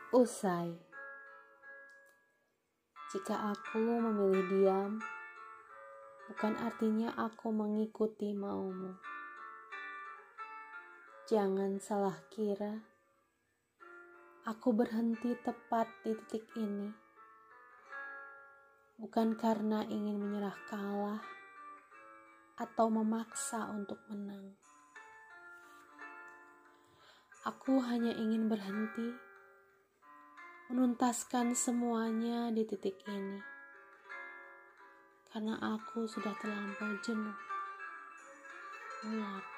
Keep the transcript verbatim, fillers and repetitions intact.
Usai. Jika aku memilih diam, bukan artinya aku mengikuti maumu. Jangan salah kira, aku berhenti tepat di titik ini, bukan karena ingin menyerah kalah atau memaksa untuk menang. Aku hanya ingin berhenti, menuntaskan semuanya di titik ini, karena aku sudah terlampau jenuh, muak,